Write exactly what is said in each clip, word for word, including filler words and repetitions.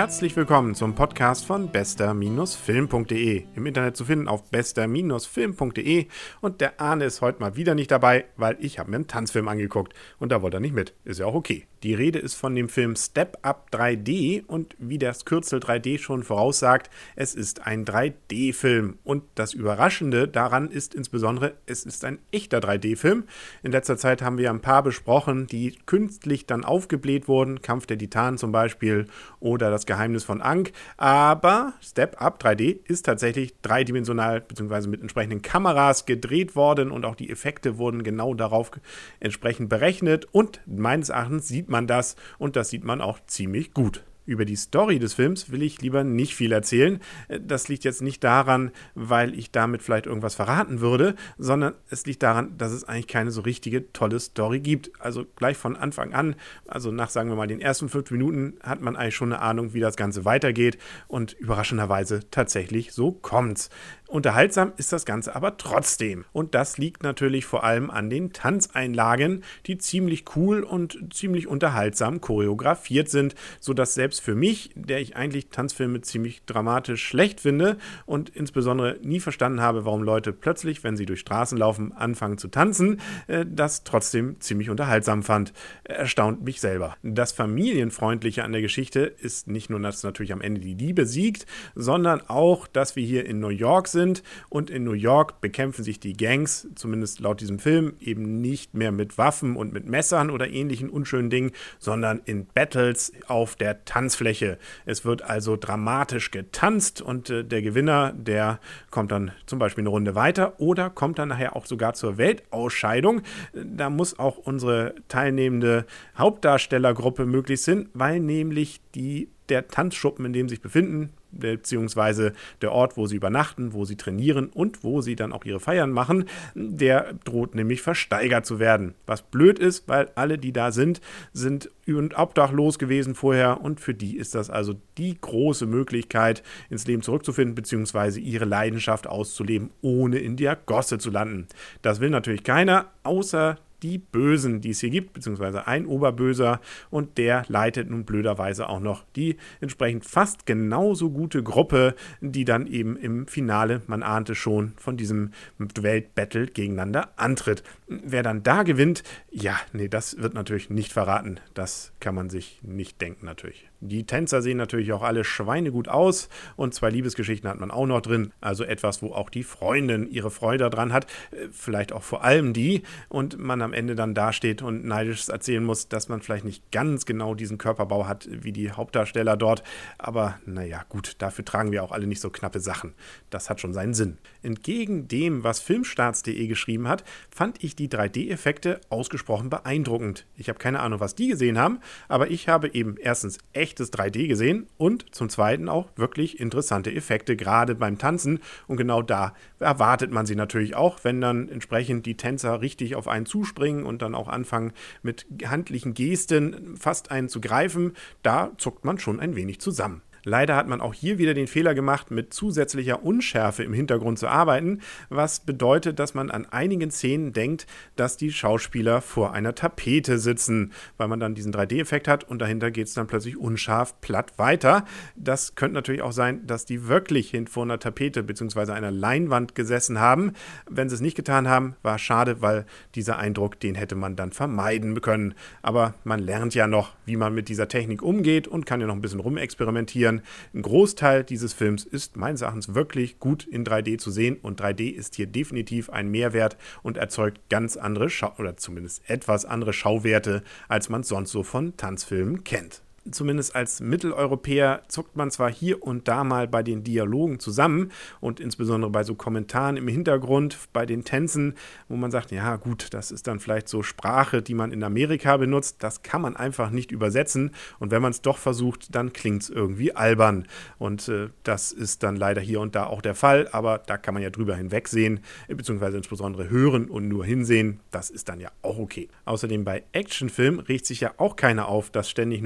Herzlich willkommen zum Podcast von bester Film punkt de. Im Internet zu finden auf bester Film punkt de. Und der Arne ist heute mal wieder nicht dabei, weil ich habe mir einen Tanzfilm angeguckt. Und da wollte er nicht mit. Ist ja auch okay. Die Rede ist von dem Film Step Up drei D und wie das Kürzel drei D schon voraussagt, es ist ein drei D-Film. Und das Überraschende daran ist insbesondere, es ist ein echter drei D-Film. In letzter Zeit haben wir ein paar besprochen, die künstlich dann aufgebläht wurden. Kampf der Titanen zum Beispiel oder das Geheimnis von Ankh. Aber Step Up drei D ist tatsächlich dreidimensional bzw. mit entsprechenden Kameras gedreht worden und auch die Effekte wurden genau darauf entsprechend berechnet. Und meines Erachtens sieht man das und das sieht man auch ziemlich gut. Über die Story des Films will ich lieber nicht viel erzählen. Das liegt jetzt nicht daran, weil ich damit vielleicht irgendwas verraten würde, sondern es liegt daran, dass es eigentlich keine so richtige tolle Story gibt. Also gleich von Anfang an, also nach, sagen wir mal, den ersten fünf Minuten hat man eigentlich schon eine Ahnung, wie das Ganze weitergeht und überraschenderweise tatsächlich so kommt's. Unterhaltsam ist das Ganze aber trotzdem. Und das liegt natürlich vor allem an den Tanzeinlagen, die ziemlich cool und ziemlich unterhaltsam choreografiert sind, sodass selbst für mich, der ich eigentlich Tanzfilme ziemlich dramatisch schlecht finde und insbesondere nie verstanden habe, warum Leute plötzlich, wenn sie durch Straßen laufen, anfangen zu tanzen, das trotzdem ziemlich unterhaltsam fand. Erstaunt mich selber. Das Familienfreundliche an der Geschichte ist nicht nur, dass natürlich am Ende die Liebe siegt, sondern auch, dass wir hier in New York sind. Sind. Und in New York bekämpfen sich die Gangs, zumindest laut diesem Film, eben nicht mehr mit Waffen und mit Messern oder ähnlichen unschönen Dingen, sondern in Battles auf der Tanzfläche. Es wird also dramatisch getanzt und äh, der Gewinner, der kommt dann zum Beispiel eine Runde weiter oder kommt dann nachher auch sogar zur Weltausscheidung. Da muss auch unsere teilnehmende Hauptdarstellergruppe möglichst hin, weil nämlich die der Tanzschuppen, in dem sie sich befinden, beziehungsweise der Ort, wo sie übernachten, wo sie trainieren und wo sie dann auch ihre Feiern machen, der droht nämlich versteigert zu werden. Was blöd ist, weil alle, die da sind, sind obdachlos gewesen vorher und für die ist das also die große Möglichkeit, ins Leben zurückzufinden, beziehungsweise ihre Leidenschaft auszuleben, ohne in der Gosse zu landen. Das will natürlich keiner, außer die Bösen, die es hier gibt, beziehungsweise ein Oberböser und der leitet nun blöderweise auch noch die entsprechend fast genauso gute Gruppe, die dann eben im Finale, man ahnte schon, von diesem Weltbattle gegeneinander antritt. Wer dann da gewinnt, ja, nee, das wird natürlich nicht verraten. Das kann man sich nicht denken natürlich. Die Tänzer sehen natürlich auch alle schweinegut aus und zwei Liebesgeschichten hat man auch noch drin, also etwas, wo auch die Freundin ihre Freude dran hat, vielleicht auch vor allem die und man am Ende dann dasteht und neidisch erzählen muss, dass man vielleicht nicht ganz genau diesen Körperbau hat wie die Hauptdarsteller dort, aber naja, gut, dafür tragen wir auch alle nicht so knappe Sachen. Das hat schon seinen Sinn. Entgegen dem, was filmstarts punkt de geschrieben hat, fand ich die drei D-Effekte ausgesprochen beeindruckend. Ich habe keine Ahnung, was die gesehen haben, aber ich habe eben erstens echtes drei D gesehen und zum Zweiten auch wirklich interessante Effekte, gerade beim Tanzen. Und genau da erwartet man sie natürlich auch, wenn dann entsprechend die Tänzer richtig auf einen zuspringen und dann auch anfangen mit handlichen Gesten fast einen zu greifen. Da zuckt man schon ein wenig zusammen. Leider hat man auch hier wieder den Fehler gemacht, mit zusätzlicher Unschärfe im Hintergrund zu arbeiten, was bedeutet, dass man an einigen Szenen denkt, dass die Schauspieler vor einer Tapete sitzen, weil man dann diesen drei D-Effekt hat und dahinter geht es dann plötzlich unscharf platt weiter. Das könnte natürlich auch sein, dass die wirklich vor einer Tapete bzw. einer Leinwand gesessen haben. Wenn sie es nicht getan haben, war schade, weil dieser Eindruck, den hätte man dann vermeiden können. Aber man lernt ja noch, wie man mit dieser Technik umgeht und kann ja noch ein bisschen rumexperimentieren. Ein Großteil dieses Films ist meines Erachtens wirklich gut in drei D zu sehen und drei D ist hier definitiv ein Mehrwert und erzeugt ganz andere Schau- oder zumindest etwas andere Schauwerte, als man sonst so von Tanzfilmen kennt. Zumindest als Mitteleuropäer zuckt man zwar hier und da mal bei den Dialogen zusammen und insbesondere bei so Kommentaren im Hintergrund, bei den Tänzen, wo man sagt, ja gut, das ist dann vielleicht so Sprache, die man in Amerika benutzt, das kann man einfach nicht übersetzen und wenn man es doch versucht, dann klingt es irgendwie albern und äh, das ist dann leider hier und da auch der Fall, aber da kann man ja drüber hinwegsehen, beziehungsweise insbesondere hören und nur hinsehen, das ist dann ja auch okay. Außerdem bei Actionfilmen regt sich ja auch keiner auf, dass ständig nur Action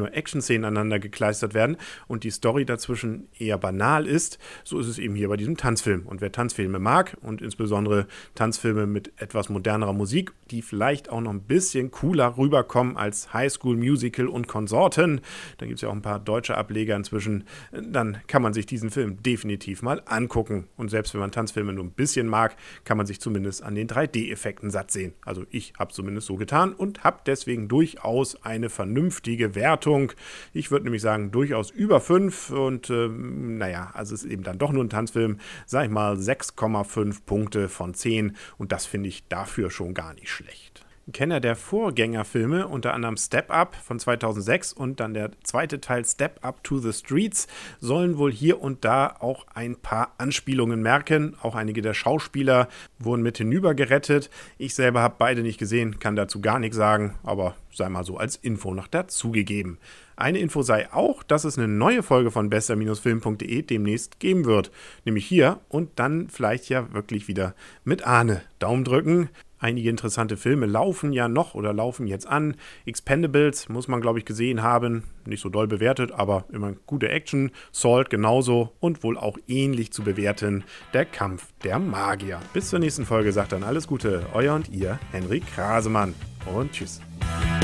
Action-Szenen aneinander gekleistert werden und die Story dazwischen eher banal ist, so ist es eben hier bei diesem Tanzfilm. Und wer Tanzfilme mag und insbesondere Tanzfilme mit etwas modernerer Musik, die vielleicht auch noch ein bisschen cooler rüberkommen als High School Musical und Konsorten, da gibt es ja auch ein paar deutsche Ableger inzwischen, dann kann man sich diesen Film definitiv mal angucken. Und selbst wenn man Tanzfilme nur ein bisschen mag, kann man sich zumindest an den drei D-Effekten satt sehen. Also ich habe zumindest so getan und habe deswegen durchaus eine vernünftige Wertung. Ich würde nämlich sagen, durchaus über fünf und äh, naja, also es ist eben dann doch nur ein Tanzfilm, sag ich mal sechs Komma fünf Punkte von zehn und das finde ich dafür schon gar nicht schlecht. Kenner der Vorgängerfilme, unter anderem Step Up von zweitausendsechs und dann der zweite Teil Step Up to the Streets, sollen wohl hier und da auch ein paar Anspielungen merken. Auch einige der Schauspieler wurden mit hinüber gerettet. Ich selber habe beide nicht gesehen, kann dazu gar nichts sagen, aber sei mal so als Info noch dazugegeben. Eine Info sei auch, dass es eine neue Folge von bester Film punkt de demnächst geben wird. Nämlich hier und dann vielleicht ja wirklich wieder mit Arne. Daumen drücken. Einige interessante Filme laufen ja noch oder laufen jetzt an. Expendables muss man, glaube ich, gesehen haben. Nicht so doll bewertet, aber immer gute Action. Salt genauso und wohl auch ähnlich zu bewerten. Der Kampf der Magier. Bis zur nächsten Folge sagt dann alles Gute. Euer und ihr, Henrik Krasemann. Und tschüss.